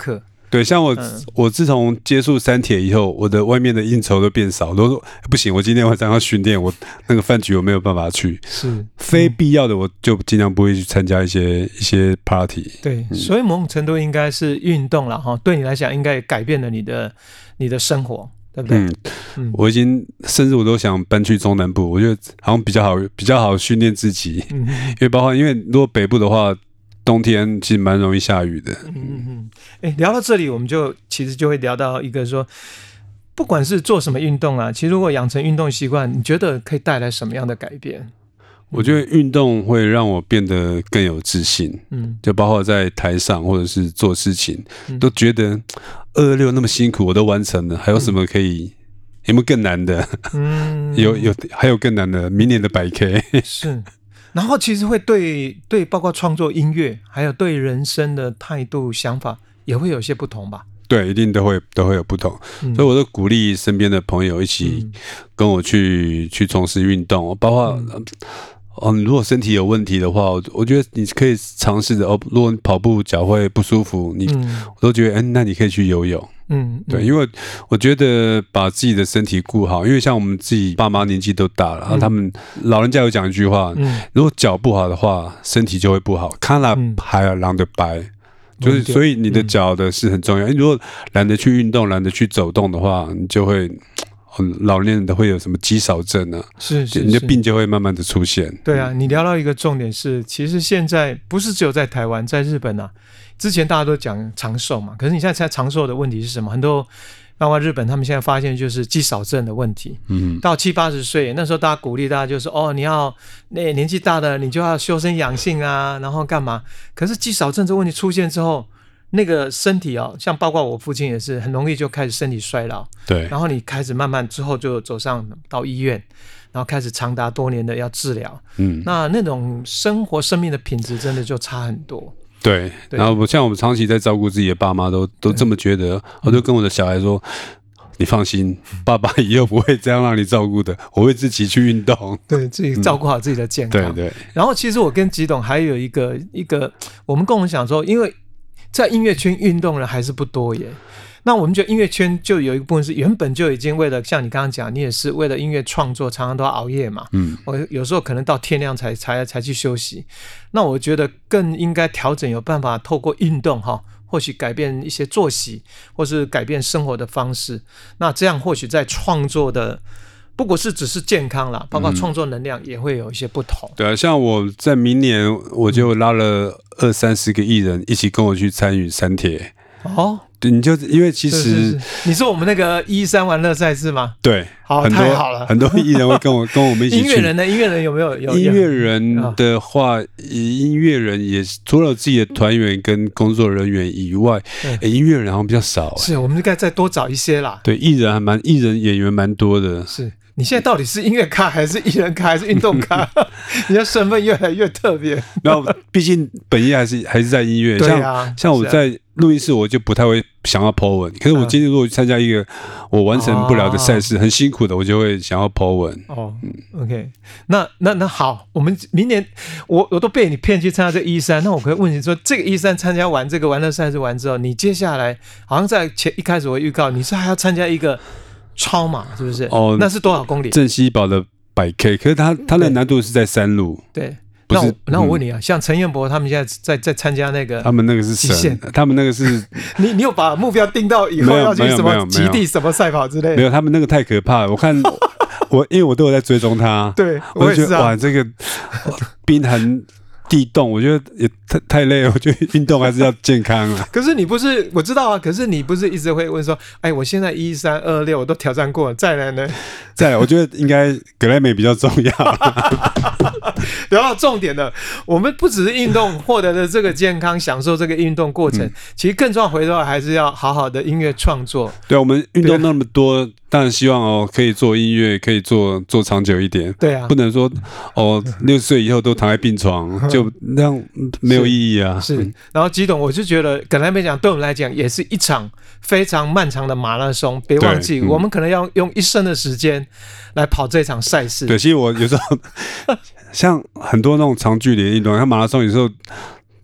Speaker 2: 对，像我、嗯、我自从接触三铁以后，我的外面的应酬都变少，我都说不行，我今天晚上要训练，我那个饭局我没有办法去，
Speaker 1: 是
Speaker 2: 非必要的我就尽量不会去参加一些一些 party。
Speaker 1: 对，嗯、所以某种程度应该是运动了哈，对你来讲应该也改变了你的你的生活。对不对？
Speaker 2: 嗯，嗯我已经甚至我都想搬去中南部，我觉得好像比较好，比较好训练自己。嗯，因为包括因为如果北部的话，冬天其实蛮容易下雨的。
Speaker 1: 嗯嗯嗯。哎，聊到这里，我们就其实就会聊到一个说，不管是做什么运动啊，其实如果养成运动习惯，你觉得可以带来什么样的改变？
Speaker 2: 我觉得运动会让我变得更有自信，嗯，就包括在台上或者是做事情，嗯、都觉得二二六那么辛苦，我都完成了，还有什么可以？嗯、有没有更难的？嗯，有有还有更难的，明年的百 K
Speaker 1: 是。然后其实会对对，包括创作音乐，还有对人生的态度、想法，也会有些不同吧？
Speaker 2: 对，一定都会都会有不同，嗯、所以我都鼓励身边的朋友一起跟我去、嗯、去从事运动，包括。嗯哦，如果身体有问题的话，我我觉得你可以尝试的。哦，如果你跑步脚会不舒服，你、嗯、我都觉得，哎、欸，那你可以去游泳。嗯，对，因为我觉得把自己的身体顾好，因为像我们自己爸妈年纪都大了，然后他们老人家有讲一句话，嗯、如果脚不好的话，身体就会不好。看了还要让的白，就是所以你的脚的是很重要。因为如果懒得去运动，懒得去走动的话，你就会。老年人都会有什么肌少症啊？
Speaker 1: 是是是，
Speaker 2: 你的病就会慢慢的出现。
Speaker 1: 对啊，你聊到一个重点是，其实现在不是只有在台湾，在日本啊，之前大家都讲长寿嘛，可是你现在猜长寿的问题是什么？很多包括日本，他们现在发现就是肌少症的问题。嗯，到七八十岁，那时候大家鼓励大家就是哦，你要那年纪大的你就要修身养性啊，然后干嘛？可是肌少症这问题出现之后。那个身体哦，像包括我父亲也是很容易就开始身体衰老，
Speaker 2: 对，
Speaker 1: 然后你开始慢慢之后就走上到医院，然后开始长达多年的要治疗，嗯，那那种生活生命的品质真的就差很多。
Speaker 2: 对，对然后像我们长期在照顾自己的爸妈都都这么觉得，我就跟我的小孩说。你放心，爸爸以后不会这样让你照顾的，我会自己去运动，
Speaker 1: 对自己照顾好自己的健康。
Speaker 2: 嗯、对对。
Speaker 1: 然后其实我跟吉董还有一个一个，我们共同想说，因为在音乐圈运动人还是不多耶。那我们觉得音乐圈就有一个部分是原本就已经为了像你刚刚讲，你也是为了音乐创作，常常都要熬夜嘛。嗯，我有时候可能到天亮才才才去休息。那我觉得更应该调整，有办法透过运动哈，或许改变一些作息，或是改变生活的方式。那这样或许在创作的。不过是只是健康啦，包括创作能量也会有一些不同。
Speaker 2: 嗯、对啊，像我在明年我就拉了二三十个艺人一起跟我去参与三铁。哦，对，你就因为其实
Speaker 1: 是是是你说我们那个一三玩乐赛是吗？
Speaker 2: 对，
Speaker 1: 好，
Speaker 2: 很多
Speaker 1: 太好了，
Speaker 2: 很多艺人会跟我跟我们一起去。
Speaker 1: 音乐人呢？音乐人有没有？有
Speaker 2: 音乐人的话，哦、音乐人也除了自己的团员跟工作人员以外，欸、音乐人好像比较少。
Speaker 1: 是我们应该再多找一些啦。
Speaker 2: 对，艺人还蛮艺人演员蛮多的。
Speaker 1: 是。你现在到底是音乐咖还是艺人咖还是运动咖？你的身份越来越特别。
Speaker 2: 然后，毕竟本业还是还是在音乐。
Speaker 1: 对啊，
Speaker 2: 像像我在录音室，我就不太会想要 po 文。可是我今天如果去参加一个我完成不了的赛事，哦、很辛苦的，我就会想要 po 文。
Speaker 1: 哦，嗯 ，OK， 那那那好，我们明年我我都被你骗去参加这一三，那我可以问你说，这个一三参加完这个玩乐赛事完之后，你接下来好像在前一开始我预告，你是还要参加一个。超马是不是？哦，那是多少公里？
Speaker 2: 镇西堡的百 K， 可是它它的难度是在山路。
Speaker 1: 对，不是。那我那我问你啊，嗯、像陈彦博他们现在在在参加那个，
Speaker 2: 他们那个是神，他们那个是，
Speaker 1: 你你有把目标定到以后要去什么极地什么赛跑之类的？
Speaker 2: 没有，他们那个太可怕了。我看我因为我都有在追踪他，
Speaker 1: 对，
Speaker 2: 我就觉得哇，这个冰寒。地动，我觉得也太太累了。我觉得运动还是要健康啊。
Speaker 1: 可是你不是我知道啊，可是你不是一直会问说，哎，我现在一三二六我都挑战过了，再来呢？
Speaker 2: 再来，我觉得应该格莱美比较重要。
Speaker 1: 聊到重点了，我们不只是运动获得的这个健康，享受这个运动过程，嗯、其实更重要回头还是要好好的音乐创作。
Speaker 2: 对，我们运动那么多。当然希望哦，可以做音乐，可以做做长久一点。
Speaker 1: 对啊，
Speaker 2: 不能说哦，六十岁以后都躺在病床，就那样没有意义啊。
Speaker 1: 是，是然后吉董，我就觉得格莱美奖对我们来讲也是一场非常漫长的马拉松，别忘记，嗯、我们可能要用一生的时间来跑这场赛事。
Speaker 2: 对，其实我有时候像很多那种长距离的运动，像马拉松，有时候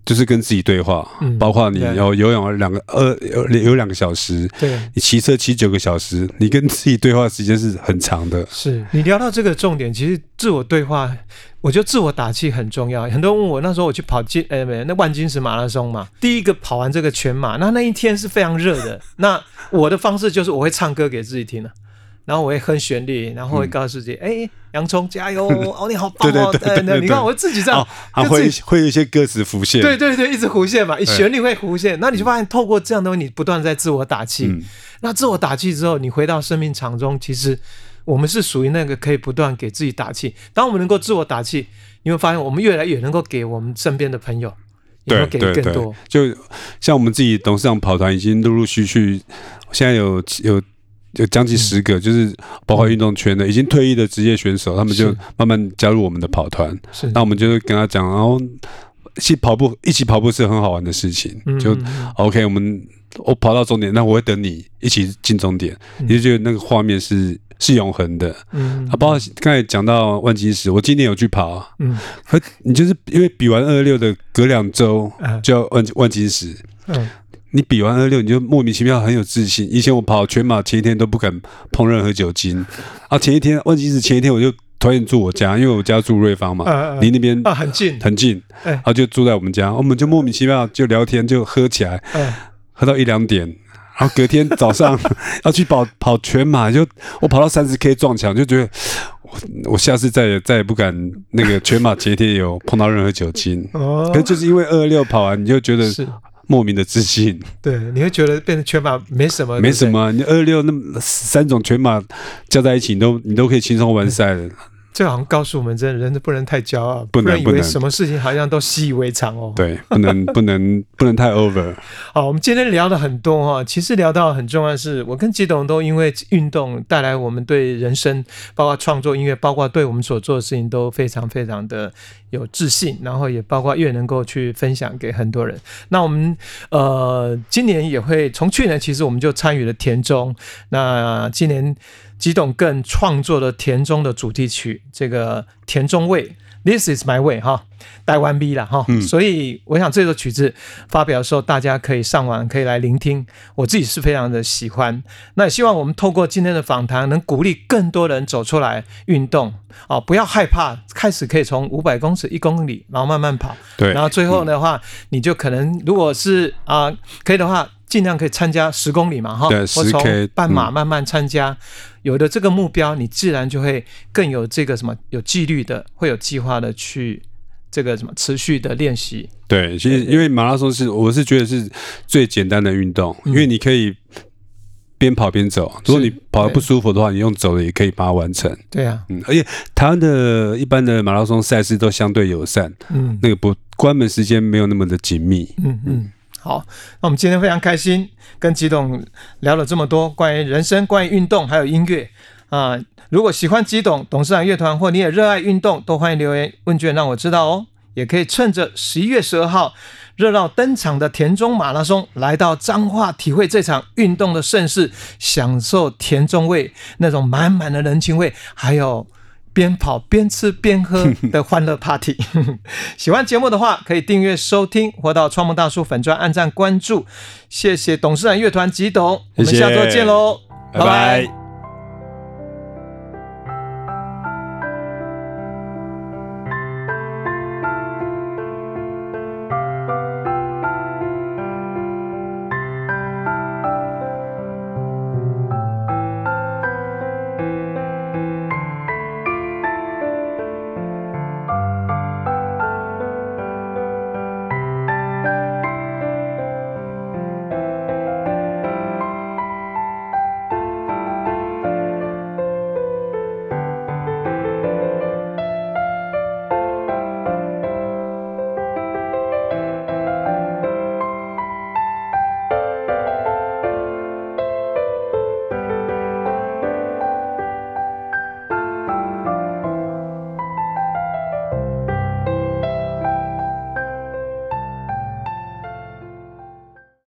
Speaker 2: 就是跟自己对话，嗯、包括你要游泳两个二有有两个小时，
Speaker 1: 对，
Speaker 2: 你骑车骑九个小时，你跟自己对话时间是很长的。
Speaker 1: 是你聊到这个重点，其实自我对话，我觉得自我打气很重要。很多人问我，那时候我去跑金呃那万金石马拉松嘛，第一个跑完这个全马，那那一天是非常热的，那我的方式就是我会唱歌给自己听了。然后我会哼旋律，然后会告诉自己，哎、嗯，洋葱加油哦，你好棒哦！对对对对对，你看我自己这样，
Speaker 2: 还、哦、会会有一些歌词浮现，
Speaker 1: 对对对，一直浮现嘛，旋律会浮现，那你就发现透过这样的东西，你不断在自我打气。嗯、那自我打气之后，你回到生命场中，其实我们是属于那个可以不断给自己打气。当我们能够自我打气，你会发现我们越来越能够给我们身边的朋友，也能够给更多。
Speaker 2: 就像我们自己董事长跑团已经陆陆续续，现在有有。有将近十个，嗯、就是包括运动圈的、嗯、已经退役的职业选手，他们就慢慢加入我们的跑团。是，那我们就跟他讲，然后一起跑步，一起跑步是很好玩的事情。嗯、就 OK， 我们我跑到终点，那我会等你一起进终点，嗯、你就觉得那个画面是是永恒的。嗯，啊，包括刚才讲到万金石，我今年有去跑。嗯，和你就是因为比完二二六的隔两周就要万万金石。嗯。你比完二六，你就莫名其妙很有自信。以前我跑全马前一天都不敢碰任何酒精，啊，前一天万金石前一天我就突然住我家，因为我家住瑞芳嘛，离、呃呃、那边
Speaker 1: 啊很近
Speaker 2: 很近，欸、然后就住在我们家，我们就莫名其妙就聊天就喝起来，欸、喝到一两点，然后隔天早上要去跑跑全马，就我跑到三十 K 撞墙，就觉得我我下次再也再也不敢那个全马前一天有碰到任何酒精，哦、可是就是因为二二六跑完，你就觉得是。莫名的自信，
Speaker 1: 对，你会觉得变成全马没什么，
Speaker 2: 没什么。你二六那么三种全马加在一起，你都你都可以轻松完赛了。
Speaker 1: 这好像告诉我们，真的人不能太骄傲，不能以为什么事情好像都习以为常哦。
Speaker 2: 对，不能不能不能太 over。
Speaker 1: 好，我们今天聊了很多哈，其实聊到很重要的是，我跟吉董都因为运动带来我们对人生，包括创作音乐，包括对我们所做的事情都非常非常的有自信，然后也包括越能够去分享给很多人。那我们呃今年也会，从去年其实我们就参与了田中，那今年吉董更创作了田中的主题曲，这个田中味 This is my way 哈，台湾 B 啦哈，嗯、所以我想这首曲子发表的时候，大家可以上网可以来聆听，我自己是非常的喜欢。那也希望我们透过今天的访谈，能鼓励更多人走出来运动哦，不要害怕，开始可以从五百公尺、一公里，然后慢慢跑，对，然后最后的话，嗯、你就可能如果是啊、呃、可以的话。尽量可以参加十公里嘛，哈，或从半马慢慢参加，嗯、有了这个目标，你自然就会更有这个什么有纪律的，会有计划的去这个什么持续的练习。
Speaker 2: 对，其实因为马拉松是我是觉得是最简单的运动，嗯、因为你可以边跑边走。如果你跑得不舒服的话，你用走的也可以把它完成。
Speaker 1: 对啊，
Speaker 2: 嗯，而且台湾的一般的马拉松赛事都相对友善，嗯，那个不关门时间没有那么的紧密，
Speaker 1: 嗯嗯。好，那我们今天非常开心，跟吉董聊了这么多关于人生、关于运动还有音乐啊、呃。如果喜欢吉董董事长乐团，或你也热爱运动，都欢迎留言问卷让我知道哦。也可以趁着十一月十二号热闹登场的田中马拉松，来到彰化体会这场运动的盛事，享受田中味那种满满的人情味，还有边跑边吃边喝的欢乐 party 喜欢节目的话可以订阅收听，或到创梦大叔粉专按赞关注。谢谢董事长乐团吉董，我们下周见喽，拜拜。